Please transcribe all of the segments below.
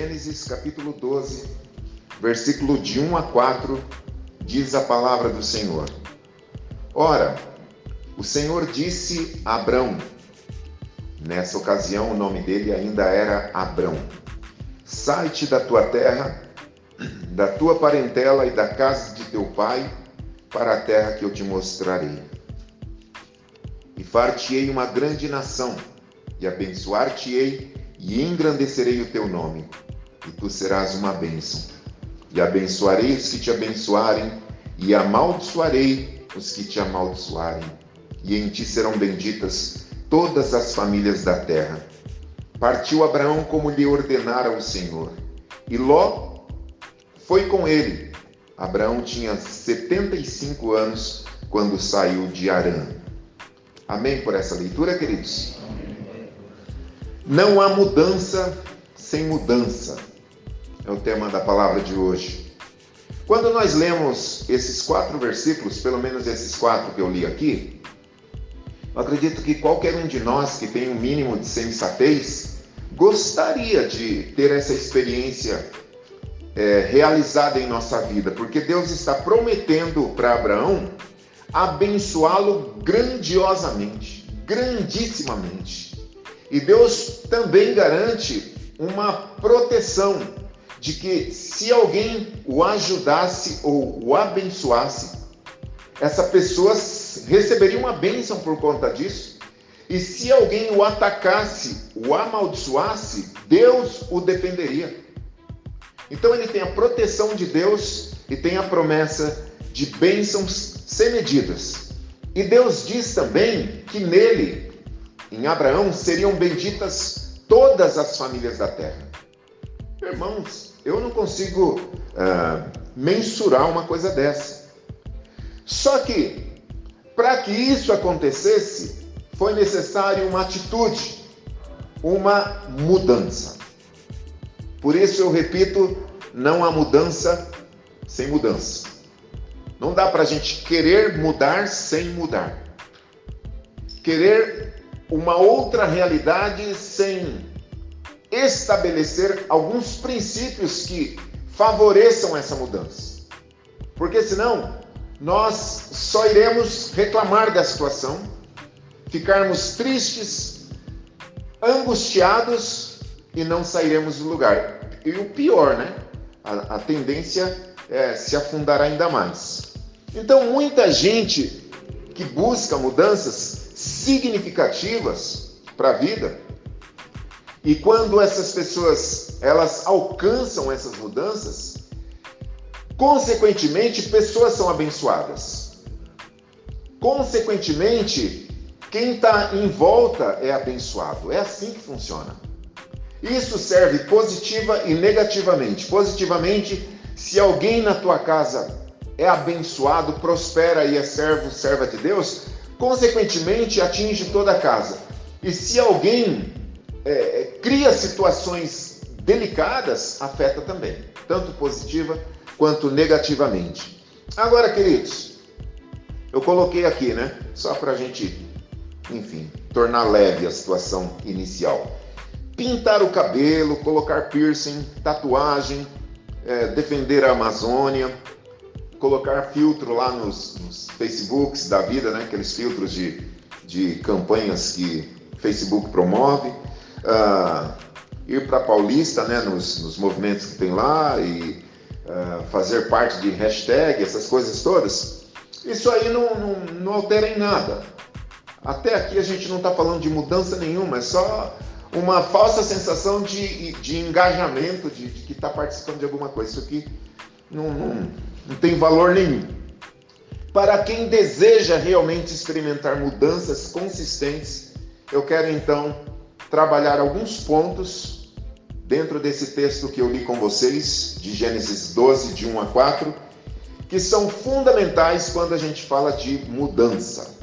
Gênesis capítulo 12, versículo de 1 a 4, diz a palavra do Senhor. Ora, o Senhor disse a Abrão, nessa ocasião o nome dele ainda era Abrão: sai-te da tua terra, da tua parentela e da casa de teu pai, para a terra que eu te mostrarei. E far-te-ei uma grande nação, e abençoar-te-ei, e engrandecerei o teu nome, e tu serás uma bênção. E abençoarei os que te abençoarem, e amaldiçoarei os que te amaldiçoarem. E em ti serão benditas todas as famílias da terra. Partiu Abraão como lhe ordenara o Senhor, e Ló foi com ele. Abraão tinha 75 anos quando saiu de Harã. Amém por essa leitura, queridos? Não há mudança sem mudança, é o tema da palavra de hoje. Quando nós lemos esses 4 versículos, pelo menos esses 4 que eu li aqui, eu acredito que qualquer um de nós que tem um mínimo de sensatez gostaria de ter essa experiência realizada em nossa vida, porque Deus está prometendo para Abraão abençoá-lo grandiosamente, grandissimamente. E Deus também garante uma proteção de que se alguém o ajudasse ou o abençoasse, essa pessoa receberia uma bênção por conta disso. E se alguém o atacasse, o amaldiçoasse, Deus o defenderia. Então ele tem a proteção de Deus e tem a promessa de bênçãos sem medidas. E Deus diz também que nele, em Abraão, seriam benditas todas as famílias da terra. Irmãos, eu não consigo mensurar uma coisa dessa. Só que, para que isso acontecesse, foi necessário uma atitude, uma mudança. Por isso eu repito, não há mudança sem mudança. Não dá para a gente querer mudar sem mudar. Querer uma outra realidade sem estabelecer alguns princípios que favoreçam essa mudança. Porque senão, nós só iremos reclamar da situação, ficarmos tristes, angustiados e não sairemos do lugar. E o pior, né? A tendência é se afundar ainda mais. Então, muita gente que busca mudanças significativas para a vida, e quando essas pessoas elas alcançam essas mudanças, consequentemente, pessoas são abençoadas. Consequentemente, quem está em volta é abençoado. É assim que funciona. Isso serve positiva e negativamente. Positivamente, se alguém na tua casa é abençoado, prospera e é serva de Deus, consequentemente atinge toda a casa. E se alguém cria situações delicadas, afeta também, tanto positiva quanto negativamente. Agora, queridos, eu coloquei aqui, né? Só para a gente, enfim, tornar leve a situação inicial. Pintar o cabelo, colocar piercing, tatuagem, defender a Amazônia, colocar filtro lá nos Facebooks da vida, né? Aqueles filtros de campanhas que Facebook promove, ir para Paulista, né? Nos movimentos que tem lá e fazer parte de hashtag, essas coisas todas. Isso aí não altera em nada. Até aqui a gente não está falando de mudança nenhuma, é só uma falsa sensação de engajamento, de que está participando de alguma coisa. Isso aqui não tem valor nenhum. Para quem deseja realmente experimentar mudanças consistentes, eu quero então trabalhar alguns pontos dentro desse texto que eu li com vocês, de Gênesis 12, de 1 a 4, que são fundamentais quando a gente fala de mudança.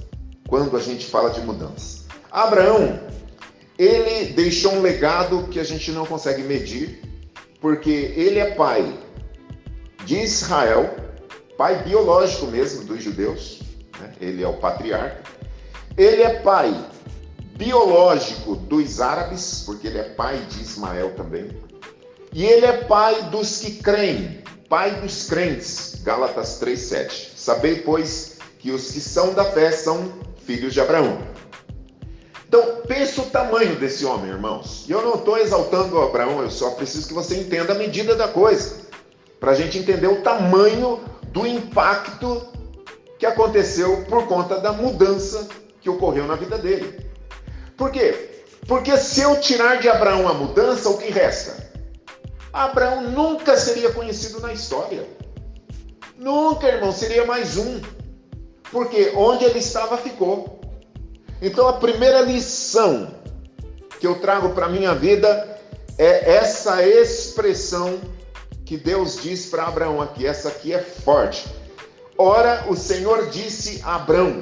Abraão, ele deixou um legado que a gente não consegue medir, porque ele é pai de Israel, pai biológico mesmo dos judeus, né? Ele é o patriarca. Ele é pai biológico dos árabes, porque ele é pai de Ismael também. e ele é pai dos que creem, pai dos crentes. Gálatas 3:7. Sabei, pois, que os que são da fé são filhos de Abraão. Então, pensa o tamanho desse homem, irmãos. E eu não estou exaltando o Abraão, eu só preciso que você entenda a medida da coisa, para a gente entender o tamanho do impacto que aconteceu por conta da mudança que ocorreu na vida dele. Por quê? Porque se eu tirar de Abraão a mudança, o que resta? Abraão nunca seria conhecido na história. Nunca, irmão, seria mais um. Porque onde ele estava, ficou. Então a primeira lição que eu trago para a minha vida é essa expressão que Deus diz para Abraão aqui. Essa aqui é forte. Ora, o Senhor disse a Abraão: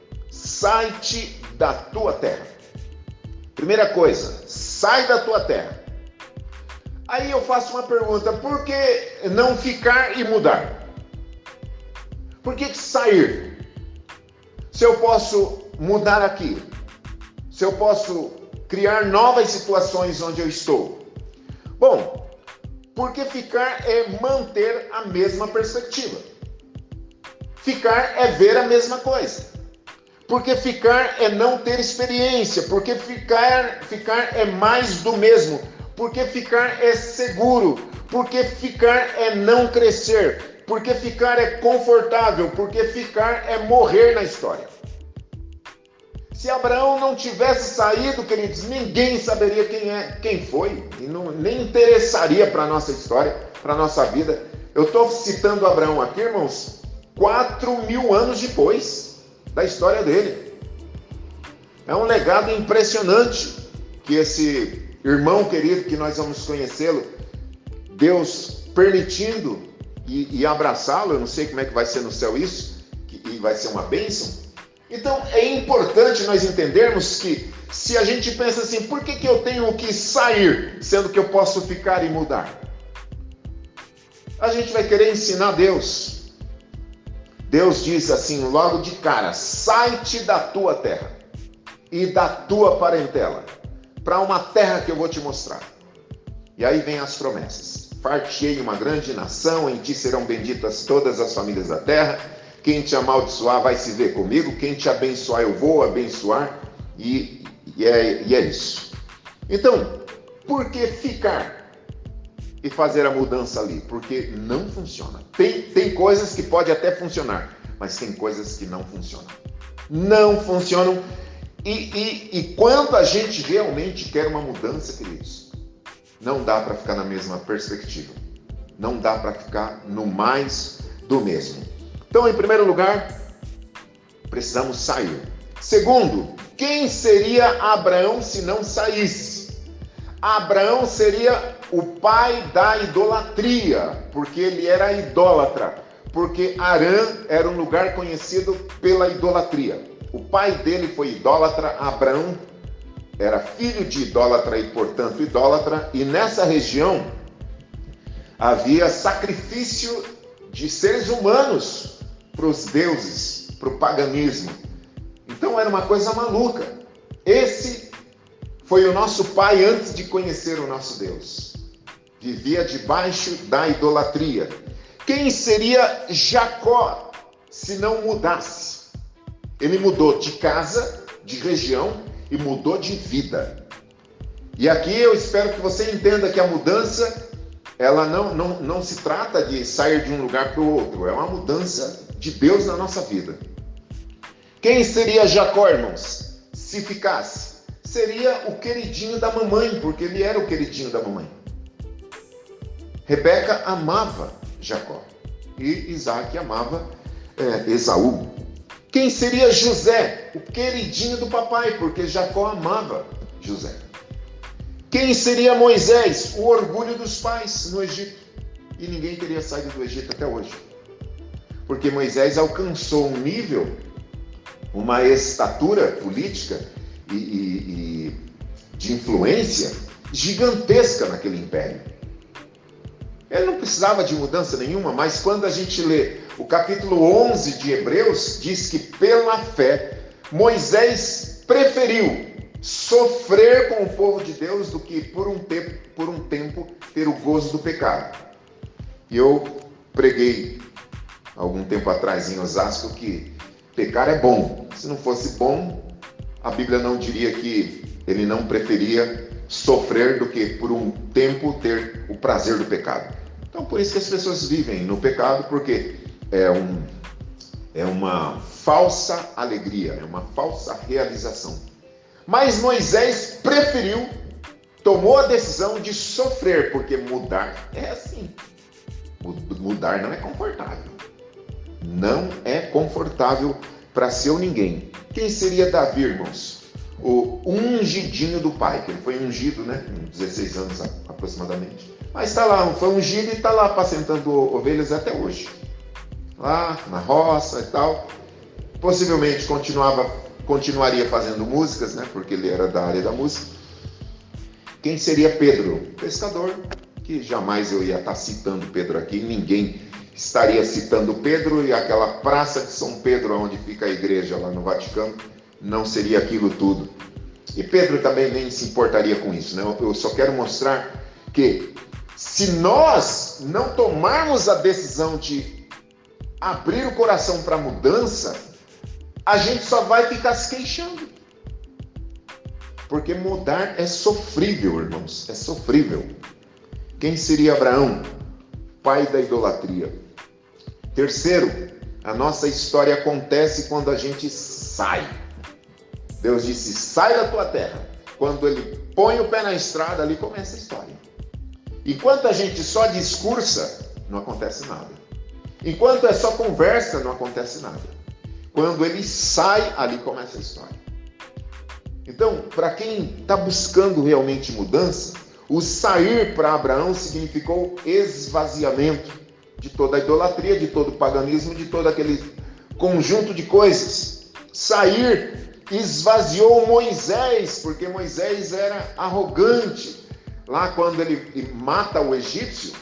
sai-te da tua terra. Primeira coisa, sai da tua terra. Aí eu faço uma pergunta: por que não ficar e mudar? Por que sair? Se eu posso mudar aqui, se eu posso criar novas situações onde eu estou. Bom, porque ficar é manter a mesma perspectiva. Ficar é ver a mesma coisa. Porque ficar é não ter experiência. Porque ficar é mais do mesmo. Porque ficar é seguro. Porque ficar é não crescer. Porque ficar é confortável. Porque ficar é morrer na história. Se Abraão não tivesse saído, queridos, ninguém saberia quem foi, e nem interessaria para a nossa história, para a nossa vida. Eu estou citando Abraão aqui, irmãos, 4.000 anos depois da história dele. É um legado impressionante que esse irmão querido, que nós vamos conhecê-lo, Deus permitindo e abraçá-lo. Eu não sei como é que vai ser no céu isso, e vai ser uma bênção. Então, é importante nós entendermos que, se a gente pensa assim, por que eu tenho que sair, sendo que eu posso ficar e mudar? A gente vai querer ensinar Deus. Deus diz assim, logo de cara: sai-te da tua terra e da tua parentela, para uma terra que eu vou te mostrar. E aí vem as promessas. Far-te-ei uma grande nação, em ti serão benditas todas as famílias da terra. Quem te amaldiçoar vai se ver comigo, quem te abençoar eu vou abençoar, e é isso. Então, por que ficar e fazer a mudança ali? Porque não funciona. Tem coisas que podem até funcionar, mas tem coisas que não funcionam. Não funcionam. E quando a gente realmente quer uma mudança, queridos, não dá para ficar na mesma perspectiva. Não dá para ficar no mais do mesmo. Então, em primeiro lugar, precisamos sair. Segundo, quem seria Abraão se não saísse? Abraão seria o pai da idolatria, porque ele era idólatra, porque Harã era um lugar conhecido pela idolatria. O pai dele foi idólatra, Abraão era filho de idólatra e, portanto, idólatra, e nessa região havia sacrifício de seres humanos para os deuses, para o paganismo. Então era uma coisa maluca. Esse foi o nosso pai antes de conhecer o nosso Deus. Vivia debaixo da idolatria. Quem seria Jacó se não mudasse? Ele mudou de casa, de região, e mudou de vida. E aqui eu espero que você entenda que a mudança, ela não se trata de sair de um lugar para o outro. É uma mudança de Deus na nossa vida. Quem seria Jacó, irmãos? Se ficasse, seria o queridinho da mamãe, porque ele era o queridinho da mamãe. Rebeca amava Jacó e Isaac amava Esaú. Quem seria José? O queridinho do papai, porque Jacó amava José. Quem seria Moisés? O orgulho dos pais no Egito. E ninguém teria saído do Egito até hoje. Porque Moisés alcançou um nível, uma estatura política e de influência gigantesca naquele império. Ele não precisava de mudança nenhuma, mas quando a gente lê o capítulo 11 de Hebreus, diz que pela fé Moisés preferiu sofrer com o povo de Deus do que por um tempo ter o gozo do pecado. E eu preguei algum tempo atrás em Osasco que pecar é bom. Se não fosse bom, a Bíblia não diria que ele não preferia sofrer do que por um tempo ter o prazer do pecado. Então por isso que as pessoas vivem no pecado, porque é uma falsa alegria, é uma falsa realização. Mas Moisés preferiu, tomou a decisão de sofrer, porque mudar é assim. Mudar não é confortável. Não é confortável para seu ninguém. Quem seria Davi, irmãos? O ungidinho do pai, que ele foi ungido, né? Com 16 anos aproximadamente. Mas está lá, foi ungido e está lá apacentando ovelhas até hoje. Lá na roça e tal. Possivelmente continuaria fazendo músicas, né? Porque ele era da área da música. Quem seria Pedro? Pescador, que jamais eu ia estar citando Pedro aqui, ninguém estaria citando Pedro, e aquela praça de São Pedro, onde fica a igreja lá no Vaticano, não seria aquilo tudo. E Pedro também nem se importaria com isso, né? Eu só quero mostrar que se nós não tomarmos a decisão de abrir o coração para a mudança, a gente só vai ficar se queixando. Porque mudar é sofrível, irmãos, é sofrível. Quem seria Abraão? Pai da idolatria. Terceiro, a nossa história acontece quando a gente sai. Deus disse, sai da tua terra. Quando ele põe o pé na estrada, ali começa a história. Enquanto a gente só discursa, não acontece nada. Enquanto é só conversa, não acontece nada. Quando ele sai, ali começa a história. Então, para quem está buscando realmente mudança, o sair para Abraão significou esvaziamento de toda a idolatria, de todo o paganismo, de todo aquele conjunto de coisas. Sair esvaziou Moisés, porque Moisés era arrogante. Lá quando ele mata o egípcio,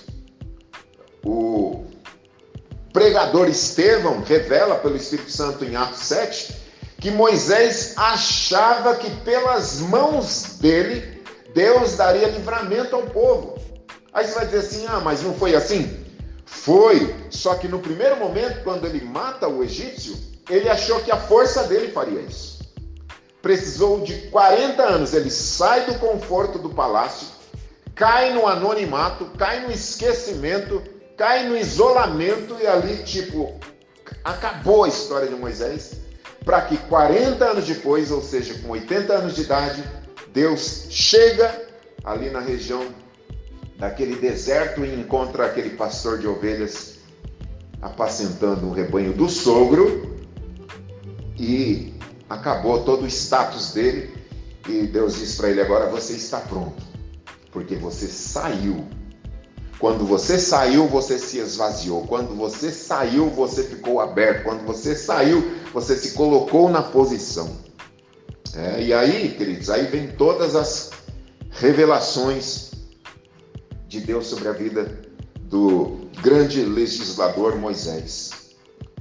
o pregador Estevão revela pelo Espírito Santo em Atos 7, que Moisés achava que pelas mãos dele, Deus daria livramento ao povo. Aí você vai dizer assim, mas não foi assim? Foi, só que no primeiro momento, quando ele mata o egípcio, ele achou que a força dele faria isso. Precisou de 40 anos, ele sai do conforto do palácio, cai no anonimato, cai no esquecimento, cai no isolamento e ali, acabou a história de Moisés, para que 40 anos depois, ou seja, com 80 anos de idade, Deus chega ali na região daquele deserto e encontra aquele pastor de ovelhas apacentando o rebanho do sogro e acabou todo o status dele e Deus diz para ele, agora você está pronto, porque você saiu. Quando você saiu, você se esvaziou. Quando você saiu, você ficou aberto. Quando você saiu, você se colocou na posição. E aí, queridos, aí vem todas as revelações de Deus sobre a vida do grande legislador Moisés.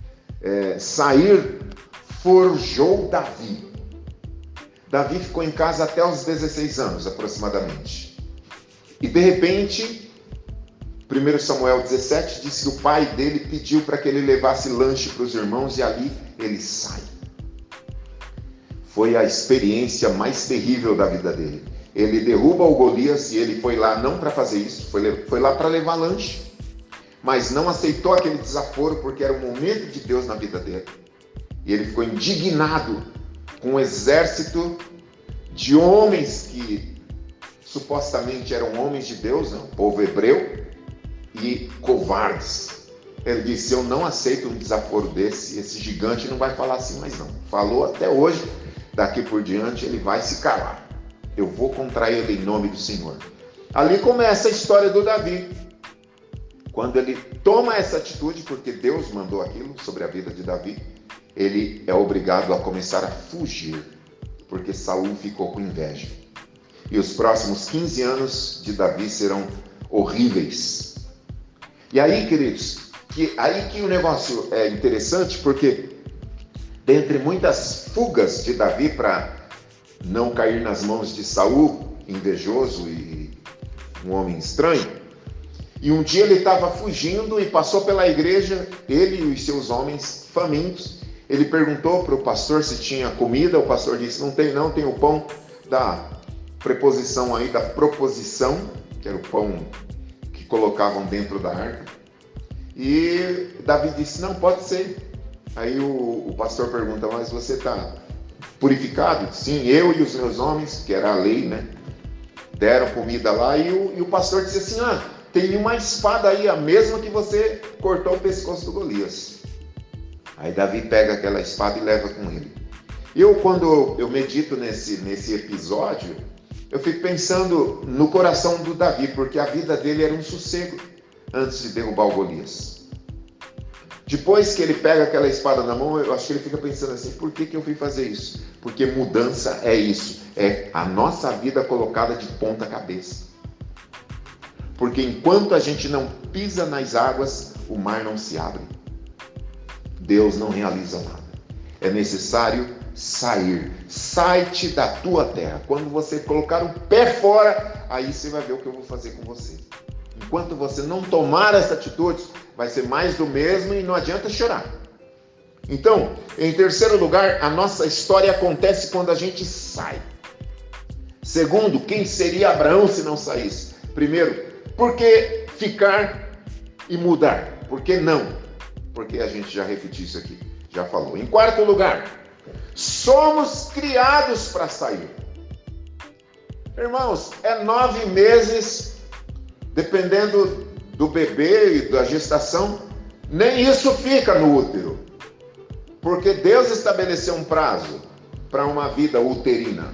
Sair forjou Davi. Davi ficou em casa até os 16 anos, aproximadamente. E de repente, 1 Samuel 17 diz que o pai dele pediu para que ele levasse lanche para os irmãos e ali ele sai. Foi a experiência mais terrível da vida dele. Ele derruba o Golias e ele foi lá não para fazer isso, foi lá para levar lanche, mas não aceitou aquele desaforo porque era o momento de Deus na vida dele. E ele ficou indignado com um exército de homens que supostamente eram homens de Deus, o povo hebreu, e covardes. Ele disse, eu não aceito um desaforo desse, esse gigante não vai falar assim mais não. Falou até hoje, daqui por diante ele vai se calar. Eu vou contra ele em nome do Senhor. Ali começa a história do Davi. Quando ele toma essa atitude, porque Deus mandou aquilo sobre a vida de Davi, ele é obrigado a começar a fugir, porque Saul ficou com inveja. E os próximos 15 anos de Davi serão horríveis. E aí, queridos, aí que o negócio é interessante, porque dentre muitas fugas de Davi para não cair nas mãos de Saul, invejoso e um homem estranho. E um dia ele estava fugindo e passou pela igreja, ele e os seus homens famintos. Ele perguntou para o pastor se tinha comida, o pastor disse, não tem não, tem o pão da preposição aí, da proposição, que era o pão que colocavam dentro da arca. E Davi disse, não, pode ser. Aí o pastor pergunta, mas você está purificado? Sim, eu e os meus homens, que era a lei, né? Deram comida lá e o pastor disse assim, tem uma espada aí, a mesma que você cortou o pescoço do Golias. Aí Davi pega aquela espada e leva com ele. Quando eu medito nesse episódio, eu fico pensando no coração do Davi, porque a vida dele era um sossego antes de derrubar o Golias. Depois que ele pega aquela espada na mão, eu acho que ele fica pensando assim, por que eu fui fazer isso? Porque mudança é isso, é a nossa vida colocada de ponta cabeça. Porque enquanto a gente não pisa nas águas, o mar não se abre. Deus não realiza nada. É necessário sair. Sai-te da tua terra. Quando você colocar o pé fora, aí você vai ver o que eu vou fazer com você. Enquanto você não tomar essa atitude, vai ser mais do mesmo e não adianta chorar. Então, em terceiro lugar, a nossa história acontece quando a gente sai. Segundo, quem seria Abraão se não saísse? Primeiro, por que ficar e mudar? Por que não? Porque a gente já repetiu isso aqui, já falou. Em quarto lugar, somos criados para sair. Irmãos, é 9 meses, dependendo do bebê e da gestação, nem isso fica no útero. Porque Deus estabeleceu um prazo para uma vida uterina.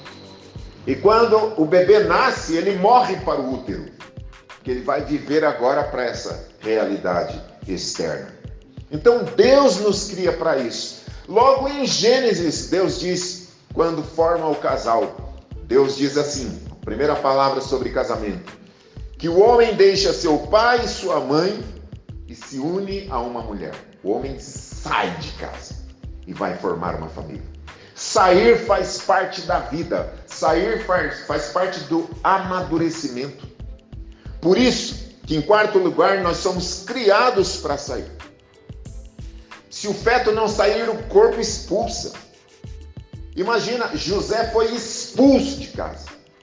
E quando o bebê nasce, ele morre para o útero. Que ele vai viver agora para essa realidade externa. Então Deus nos cria para isso. Logo em Gênesis, Deus diz, quando forma o casal, Deus diz assim, a primeira palavra sobre casamento, que o homem deixa seu pai e sua mãe e se une a uma mulher. O homem sai de casa e vai formar uma família. Sair faz parte da vida, sair faz parte do amadurecimento. Por isso, que em quarto lugar, nós somos criados para sair. Se o feto não sair, o corpo expulsa. Imagina, José foi expulso de casa.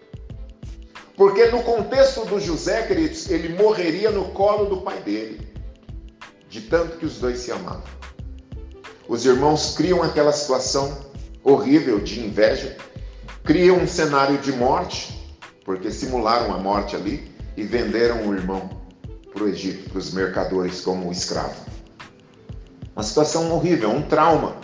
Porque no contexto do José, queridos, ele morreria no colo do pai dele. De tanto que os dois se amavam. Os irmãos criam aquela situação horrível de inveja. Criam um cenário de morte, porque simularam a morte ali. E venderam o irmão para o Egito, para os mercadores, como escravo. Uma situação horrível, um trauma.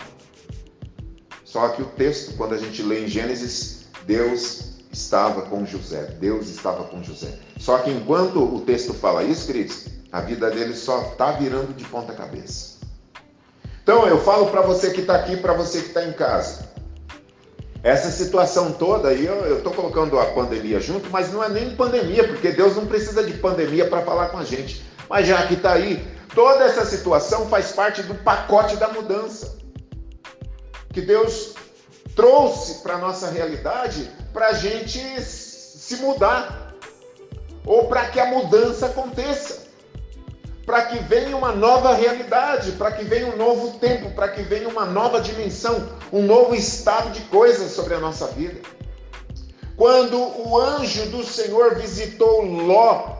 Só que o texto, quando a gente lê em Gênesis, Deus estava com José. Deus estava com José. Só que enquanto o texto fala isso, queridos, a vida dele só está virando de ponta cabeça. Então eu falo para você que está aqui, para você que está em casa. Essa situação toda aí, eu estou colocando a pandemia junto, mas não é nem pandemia, porque Deus não precisa de pandemia para falar com a gente. Mas já que está aí, toda essa situação faz parte do pacote da mudança. Que Deus trouxe para a nossa realidade para a gente se mudar. Ou para que a mudança aconteça. Para que venha uma nova realidade, para que venha um novo tempo, para que venha uma nova dimensão, um novo estado de coisas sobre a nossa vida. Quando o anjo do Senhor visitou Ló,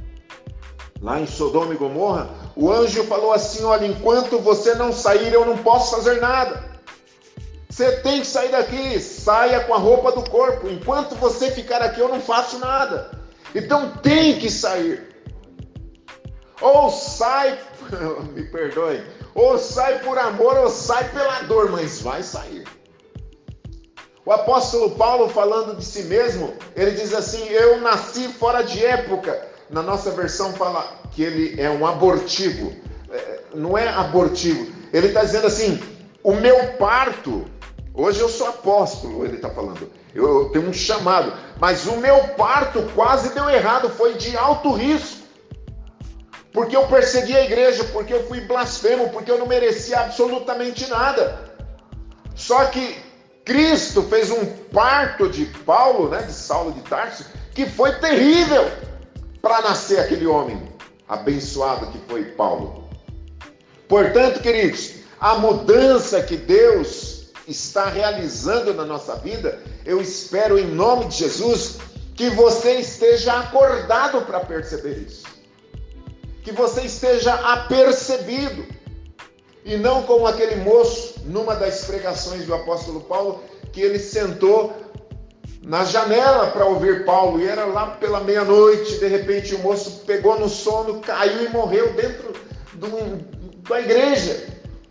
lá em Sodoma e Gomorra, o anjo falou assim, olha, enquanto você não sair, eu não posso fazer nada. Você tem que sair daqui, saia com a roupa do corpo. Enquanto você ficar aqui, eu não faço nada. Então tem que sair. Ou sai, me perdoe, ou sai por amor ou sai pela dor, mas vai sair. O apóstolo Paulo, falando de si mesmo, ele diz assim, eu nasci fora de época. Na nossa versão fala que ele é um abortivo. Não é abortivo. Ele está dizendo assim, o meu parto, hoje eu sou apóstolo, ele está falando, eu tenho um chamado, mas o meu parto quase deu errado, foi de alto risco. Porque eu persegui a igreja, porque eu fui blasfemo, porque eu não merecia absolutamente nada. Só que Cristo fez um parto de Paulo, né, de Saulo de Tarso, que foi terrível para nascer aquele homem abençoado que foi Paulo. Portanto, queridos, a mudança que Deus está realizando na nossa vida, eu espero em nome de Jesus que você esteja acordado para perceber isso. Que você esteja apercebido. E não como aquele moço, numa das pregações do apóstolo Paulo, que ele sentou na janela para ouvir Paulo, e era lá pela meia-noite, de repente o moço pegou no sono, caiu e morreu dentro da igreja.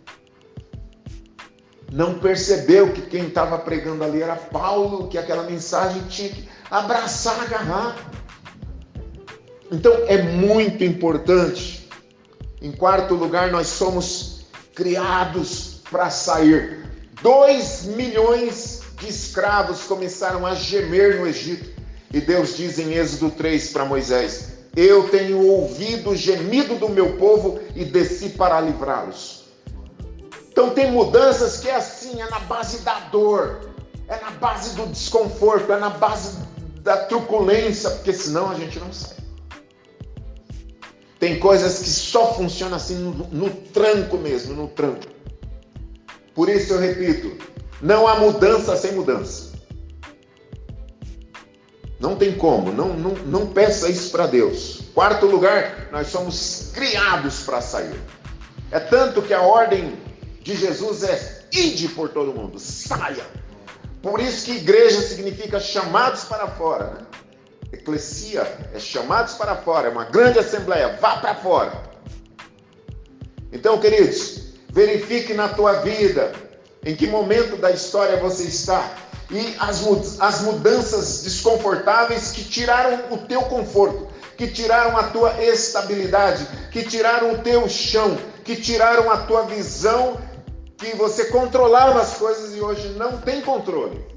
Não percebeu que quem estava pregando ali era Paulo, que aquela mensagem tinha que abraçar, agarrar. Então é muito importante. Em quarto lugar, nós somos criados para sair. 2 milhões de escravos começaram a gemer no Egito. E Deus diz em Êxodo 3 para Moisés: eu tenho ouvido o gemido do meu povo e desci para livrá-los. Então tem mudanças que é assim, é na base da dor, é na base do desconforto, é na base da truculência, porque senão a gente não sai. Tem coisas que só funcionam assim no tranco mesmo, no tranco. Por isso eu repito, não há mudança sem mudança. Não tem como, não peça isso para Deus. Quarto lugar, nós somos criados para sair. É tanto que a ordem de Jesus é: ide por todo mundo, saia. Por isso que igreja significa chamados para fora, né? Eclesia é chamados para fora, é uma grande assembleia, vá para fora. Então, queridos, verifique na tua vida em que momento da história você está e as mudanças desconfortáveis que tiraram o teu conforto, que tiraram a tua estabilidade, que tiraram o teu chão, que tiraram a tua visão, que você controlava as coisas e hoje não tem controle.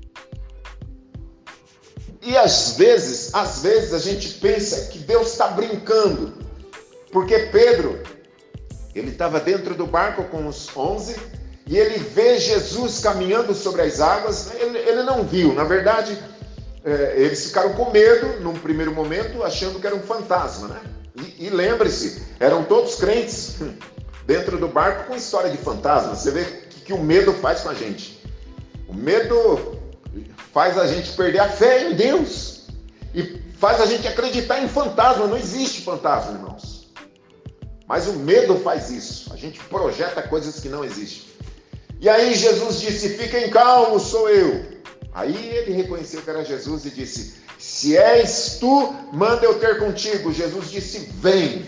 E às vezes a gente pensa que Deus está brincando, porque Pedro, ele estava dentro do barco com os 11 e ele vê Jesus caminhando sobre as águas. Ele não viu, na verdade, eles ficaram com medo num primeiro momento, achando que era um fantasma, né? E lembre-se, eram todos crentes dentro do barco com história de fantasma. Você vê que o medo faz com a gente. O medo faz a gente perder a fé em Deus e faz a gente acreditar em fantasma. Não existe fantasma, irmãos. Mas o medo faz isso. A gente projeta coisas que não existem. E aí Jesus disse: fiquem calmos, sou eu. Aí ele reconheceu que era Jesus e disse: se és tu, manda eu ter contigo. Jesus disse: vem.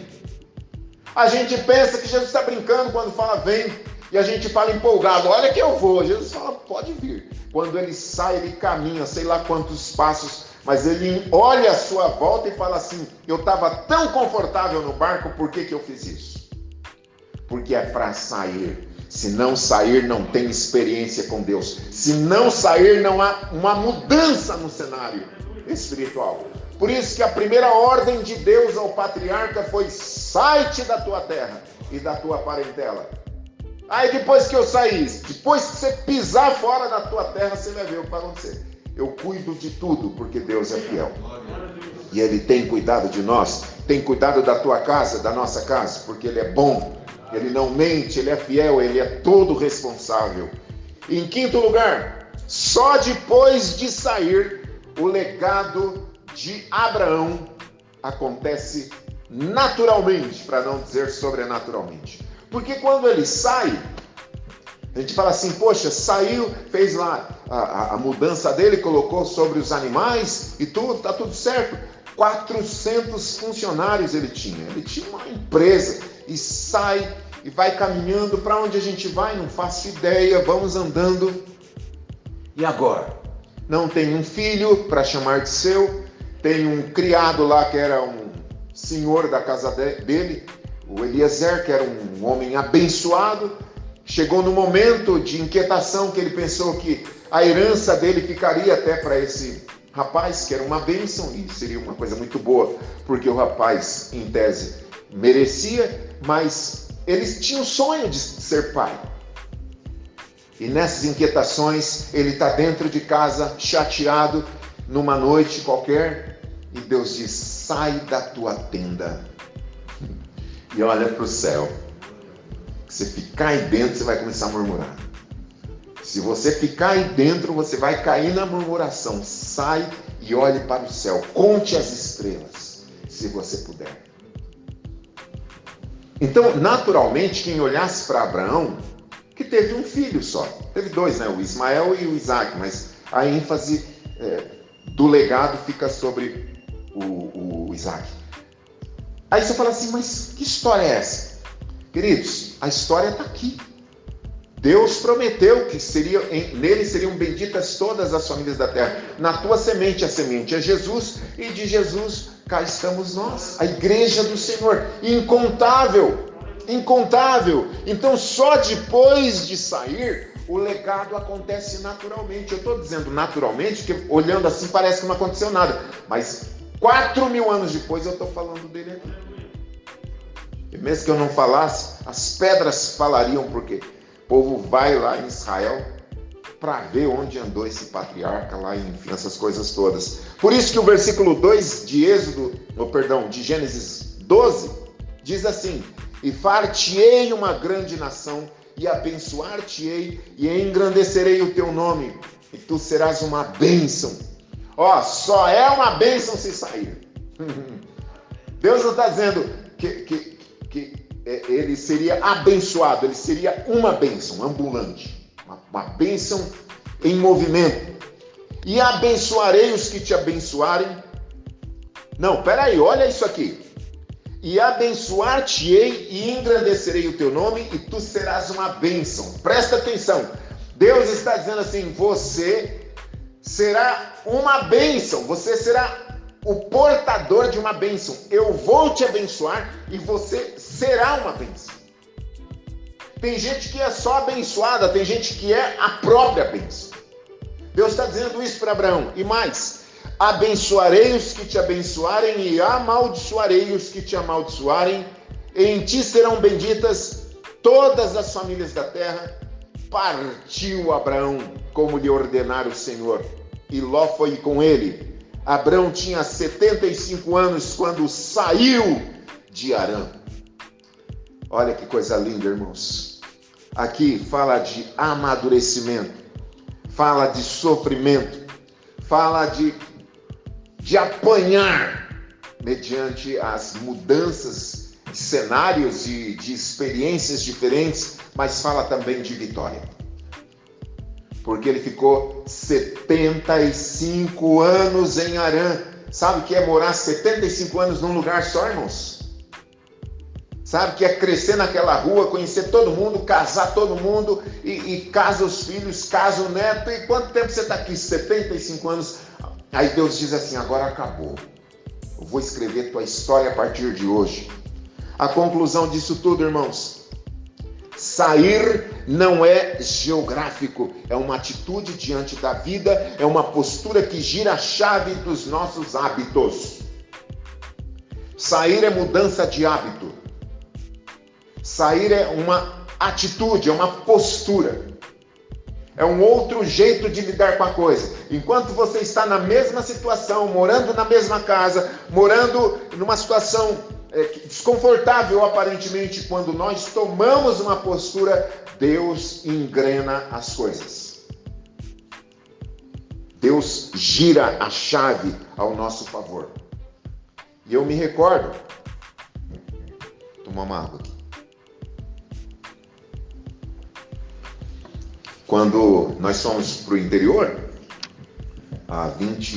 A gente pensa que Jesus está brincando quando fala vem, e a gente fala empolgado: olha que eu vou. Jesus fala: pode vir. Quando ele sai, ele caminha, sei lá quantos passos, mas ele olha a sua volta e fala assim: eu estava tão confortável no barco, por que eu fiz isso? Porque é para sair. Se não sair, não tem experiência com Deus. Se não sair, não há uma mudança no cenário espiritual. Por isso que a primeira ordem de Deus ao patriarca foi: sai-te da tua terra e da tua parentela. Aí depois que eu sair, depois que você pisar fora da tua terra, você vai ver o que vai acontecer. Eu cuido de tudo, porque Deus é fiel. E Ele tem cuidado de nós, tem cuidado da tua casa, da nossa casa, porque Ele é bom, Ele não mente, Ele é fiel, Ele é todo responsável. E em quinto lugar, só depois de sair, o legado de Abraão acontece naturalmente, para não dizer sobrenaturalmente. Porque quando ele sai, a gente fala assim: poxa, saiu, fez lá a mudança dele, colocou sobre os animais e tudo, tá tudo certo. 400 funcionários ele tinha uma empresa, e sai e vai caminhando. Para onde a gente vai? Não faço ideia, vamos andando. E agora? Não tem um filho para chamar de seu, tem um criado lá que era um senhor da casa dele, o Eliezer, que era um homem abençoado. Chegou no momento de inquietação que ele pensou que a herança dele ficaria até para esse rapaz, que era uma bênção, e seria uma coisa muito boa, porque o rapaz, em tese, merecia, mas eles tinham o sonho de ser pai. E nessas inquietações, ele está dentro de casa, chateado, numa noite qualquer, e Deus diz: sai da tua tenda e olha para o céu. Se ficar aí dentro, você vai começar a murmurar. Se você ficar aí dentro, você vai cair na murmuração. Sai e olhe para o céu. Conte as estrelas, se você puder. Então, naturalmente, quem olhasse para Abraão, que teve um filho só. Teve dois, né? O Ismael e o Isaac, mas a ênfase do legado fica sobre o Isaac. Aí você fala assim, mas que história é essa? Queridos, a história está aqui. Deus prometeu que nele seriam benditas todas as famílias da terra. Na tua semente, a semente é Jesus, e de Jesus cá estamos nós, a igreja do Senhor, incontável, incontável. Então só depois de sair, o legado acontece naturalmente. Eu estou dizendo naturalmente, porque olhando assim parece que não aconteceu nada, mas 4.000 anos depois eu estou falando dele aqui. E mesmo que eu não falasse, as pedras falariam, porque o povo vai lá em Israel para ver onde andou esse patriarca lá, enfim, essas coisas todas. Por isso que o versículo 2 de Gênesis 12, diz assim: e far-te-ei uma grande nação, e abençoar-te-ei, e engrandecerei o teu nome, e tu serás uma bênção. Ó, só é uma bênção se sair. Deus não está dizendo que ele seria abençoado, ele seria uma bênção ambulante, uma bênção em movimento. E abençoarei os que te abençoarem. Não, peraí, olha isso aqui. E abençoar-te-ei e engrandecerei o teu nome, e tu serás uma bênção. Presta atenção, Deus está dizendo assim: você será uma bênção, você será o portador de uma bênção. Eu vou te abençoar e você será uma bênção. Tem gente que é só abençoada, tem gente que é a própria bênção. Deus está dizendo isso para Abraão. E mais: abençoarei os que te abençoarem e amaldiçoarei os que te amaldiçoarem. Em ti serão benditas todas as famílias da terra. Partiu Abraão como lhe ordenara o Senhor, e Ló foi com ele. Abraão tinha 75 anos quando saiu de Harã. Olha que coisa linda, irmãos. Aqui fala de amadurecimento, fala de sofrimento, fala de apanhar mediante as mudanças de cenários e de experiências diferentes, mas fala também de vitória. Porque ele ficou 75 anos em Harã. Sabe o que é morar 75 anos num lugar só, irmãos? Sabe o que é crescer naquela rua, conhecer todo mundo, casar todo mundo, e casa os filhos, casa o neto. E quanto tempo você está aqui? 75 anos. Aí Deus diz assim: agora acabou. Eu vou escrever tua história a partir de hoje. A conclusão disso tudo, irmãos: sair não é geográfico, é uma atitude diante da vida, é uma postura que gira a chave dos nossos hábitos. Sair é mudança de hábito. Sair é uma atitude, é uma postura. É um outro jeito de lidar com a coisa. Enquanto você está na mesma situação, morando na mesma casa, morando numa situação desconfortável aparentemente, quando nós tomamos uma postura, Deus engrena as coisas. Deus gira a chave ao nosso favor. E eu me recordo, tomar uma água aqui, quando nós fomos para o interior, há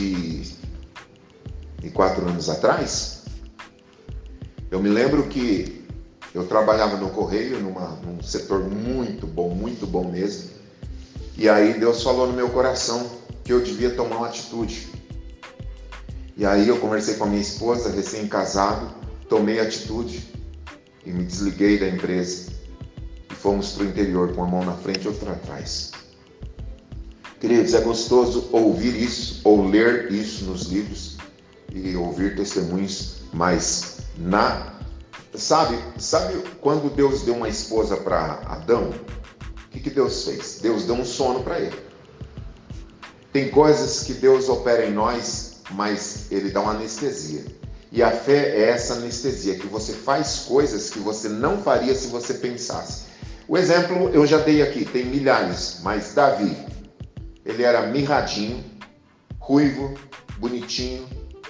24 anos atrás, eu me lembro que eu trabalhava no Correio, num setor muito bom mesmo. E aí Deus falou no meu coração que eu devia tomar uma atitude. E aí eu conversei com a minha esposa, recém-casado, tomei atitude e me desliguei da empresa. E fomos para o interior com a mão na frente e outra atrás. Queridos, é gostoso ouvir isso, ou ler isso nos livros e ouvir testemunhos, mas sabe quando Deus deu uma esposa para Adão? O que Deus fez? Deus deu um sono para ele. Tem coisas que Deus opera em nós, mas Ele dá uma anestesia. E a fé é essa anestesia, que você faz coisas que você não faria se você pensasse. O exemplo eu já dei aqui, tem milhares, mas Davi, ele era mirradinho, ruivo, bonitinho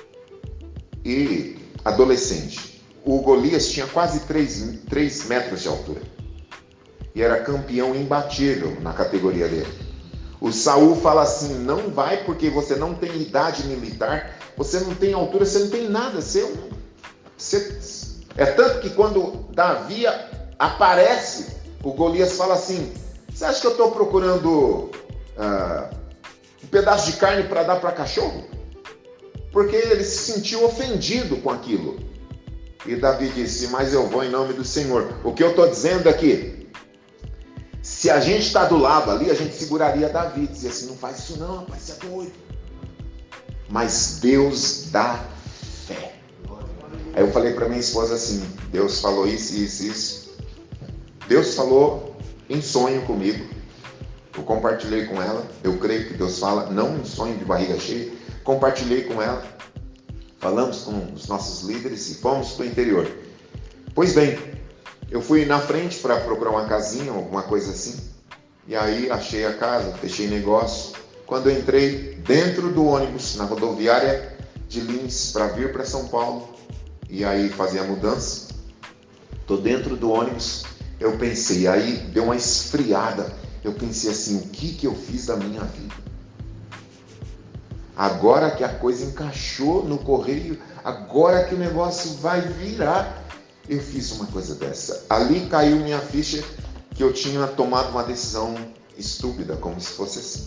e adolescente. O Golias tinha quase 3 metros de altura e era campeão imbatível na categoria dele. O Saul fala assim, não vai porque você não tem idade militar, você não tem altura, você não tem nada. É tanto que quando Davi aparece, o Golias fala assim, você acha que eu estou procurando um pedaço de carne para dar para cachorro? Porque ele se sentiu ofendido com aquilo. E Davi disse, mas eu vou em nome do Senhor. O que eu estou dizendo aqui, se a gente está do lado ali, a gente seguraria Davi, dizia assim, não faz isso não, rapaz, você é doido. Mas Deus dá fé. Aí eu falei para minha esposa assim, Deus falou isso, isso, isso. Deus falou em sonho comigo. Eu compartilhei com ela. Eu creio que Deus fala, não em sonho de barriga cheia. Compartilhei com ela. Falamos com os nossos líderes e fomos para o interior. Pois bem, eu fui na frente para procurar uma casinha, alguma coisa assim. E aí achei a casa, fechei negócio. Quando eu entrei dentro do ônibus, na rodoviária de Lins, para vir para São Paulo, e aí fazer a mudança, estou dentro do ônibus, eu pensei, aí deu uma esfriada. Eu pensei assim, o que eu fiz da minha vida? Agora que a coisa encaixou no correio, agora que o negócio vai virar, eu fiz uma coisa dessa. Ali caiu minha ficha que eu tinha tomado uma decisão estúpida, como se fosse assim.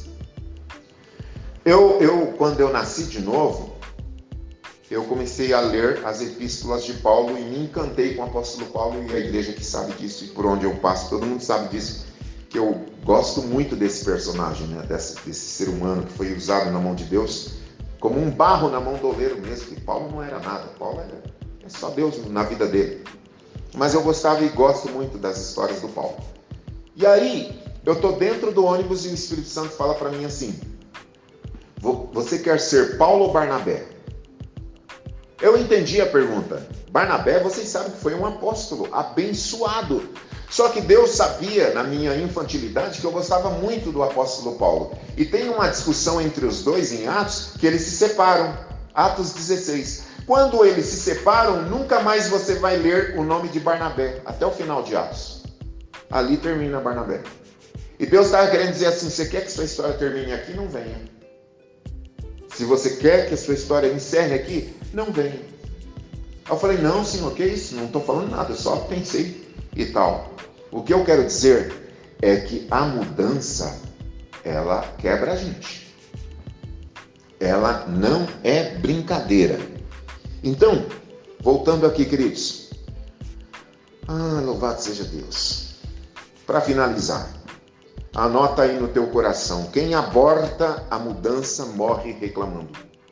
Quando eu nasci de novo, eu comecei a ler as epístolas de Paulo e me encantei com o apóstolo Paulo, e a igreja que sabe disso, e por onde eu passo, todo mundo sabe disso, que eu gosto muito desse personagem, né? desse ser humano que foi usado na mão de Deus, como um barro na mão do oleiro mesmo, que Paulo não era nada, Paulo é só Deus na vida dele. Mas eu gostava e gosto muito das histórias do Paulo. E aí, eu estou dentro do ônibus e o Espírito Santo fala para mim assim, você quer ser Paulo ou Barnabé? Eu entendi a pergunta. Barnabé, vocês sabem que foi um apóstolo abençoado. Só que Deus sabia, na minha infantilidade, que eu gostava muito do apóstolo Paulo. E tem uma discussão entre os dois em Atos, que eles se separam. Atos 16. Quando eles se separam, nunca mais você vai ler o nome de Barnabé, até o final de Atos. Ali termina Barnabé. E Deus estava querendo dizer assim, você quer que sua história termine aqui? Não venha. Se você quer que a sua história encerre aqui, não venha. Eu falei, não, senhor, que isso? Não estou falando nada, eu só pensei e tal. O que eu quero dizer é que a mudança, ela quebra a gente. Ela não é brincadeira. Então, voltando aqui, queridos. Louvado seja Deus. Para finalizar, anota aí no teu coração, quem aborta a mudança morre reclamando.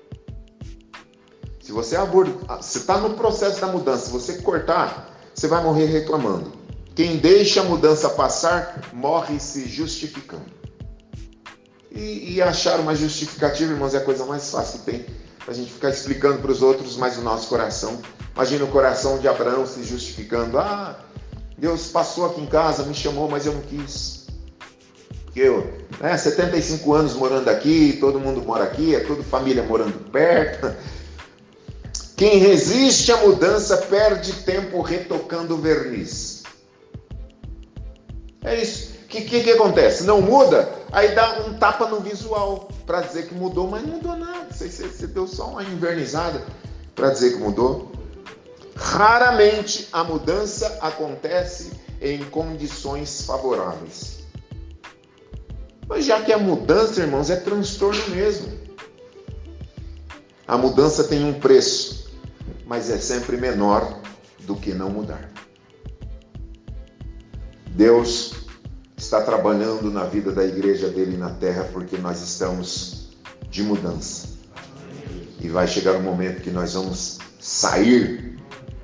Se você está no processo da mudança, se você cortar, você vai morrer reclamando. Quem deixa a mudança passar, morre se justificando. E achar uma justificativa, irmãos, é a coisa mais fácil que tem. A gente ficar explicando para os outros, mas o nosso coração. Imagina o coração de Abraão se justificando. Deus passou aqui em casa, me chamou, mas eu não quis. Porque eu, 75 anos morando aqui, todo mundo mora aqui, é toda família morando perto. Quem resiste à mudança perde tempo retocando o verniz. É isso. O que acontece? Não muda, aí dá um tapa no visual para dizer que mudou, mas não mudou nada. Você deu só uma invernizada para dizer que mudou. Raramente a mudança acontece em condições favoráveis. Mas já que a mudança, irmãos, é transtorno mesmo. A mudança tem um preço, mas é sempre menor do que não mudar. Deus está trabalhando na vida da igreja dele na terra porque nós estamos de mudança. E vai chegar um momento que nós vamos sair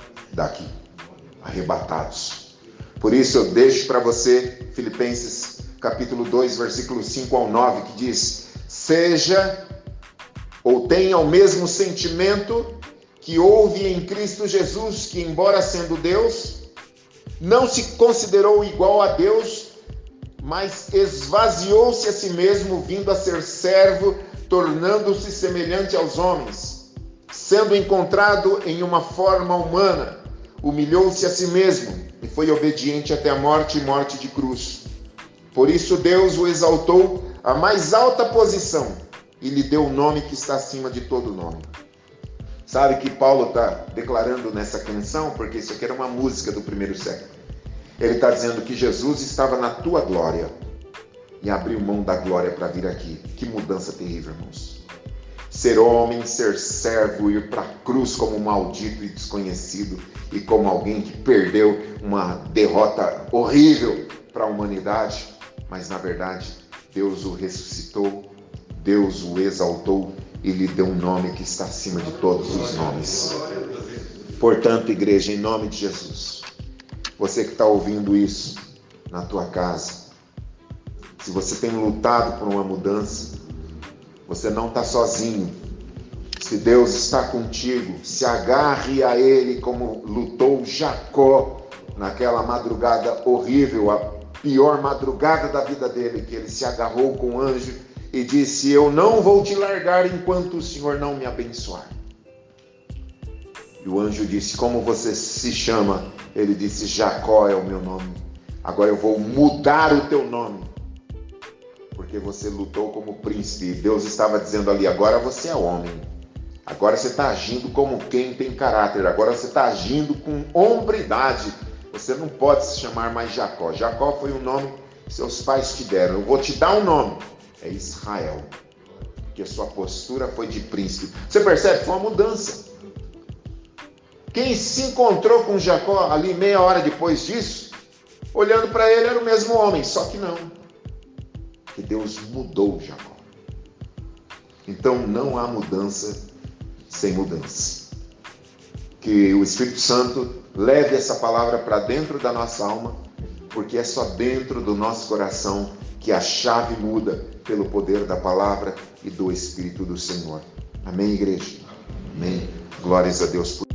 daqui, arrebatados. Por isso eu deixo para você, Filipenses capítulo 2, versículo 5 ao 9, que diz: seja ou tenha o mesmo sentimento que houve em Cristo Jesus, que, embora sendo Deus, não se considerou igual a Deus, mas esvaziou-se a si mesmo, vindo a ser servo, tornando-se semelhante aos homens. Sendo encontrado em uma forma humana, humilhou-se a si mesmo e foi obediente até a morte e morte de cruz. Por isso Deus o exaltou à mais alta posição e lhe deu o nome que está acima de todo nome. Sabe que Paulo está declarando nessa canção, porque isso aqui era uma música do primeiro século. Ele está dizendo que Jesus estava na tua glória e abriu mão da glória para vir aqui. Que mudança terrível, irmãos. Ser homem, ser servo, ir para a cruz como maldito e desconhecido e como alguém que perdeu uma derrota horrível para a humanidade. Mas, na verdade, Deus o ressuscitou, Deus o exaltou e lhe deu um nome que está acima de todos os nomes. Portanto, igreja, em nome de Jesus, você que está ouvindo isso na tua casa, se você tem lutado por uma mudança, você não está sozinho. Se Deus está contigo, se agarre a Ele como lutou Jacó naquela madrugada horrível, a pior madrugada da vida dele, que ele se agarrou com o anjo e disse: eu não vou te largar enquanto o Senhor não me abençoar. E o anjo disse: como você se chama? Ele disse: Jacó é o meu nome. Agora eu vou mudar o teu nome, porque você lutou como príncipe. Deus estava dizendo ali: agora você é homem. Agora você está agindo como quem tem caráter. Agora você está agindo com hombridade. Você não pode se chamar mais Jacó. Jacó foi o nome que seus pais te deram. Eu vou te dar um nome. É Israel. Porque sua postura foi de príncipe. Você percebe? Foi uma mudança. Quem se encontrou com Jacó ali meia hora depois disso, olhando para ele, era o mesmo homem. Só que não. Que Deus mudou Jacó. Então não há mudança sem mudança. Que o Espírito Santo leve essa palavra para dentro da nossa alma, porque é só dentro do nosso coração que a chave muda pelo poder da palavra e do Espírito do Senhor. Amém, igreja? Amém. Glórias a Deus por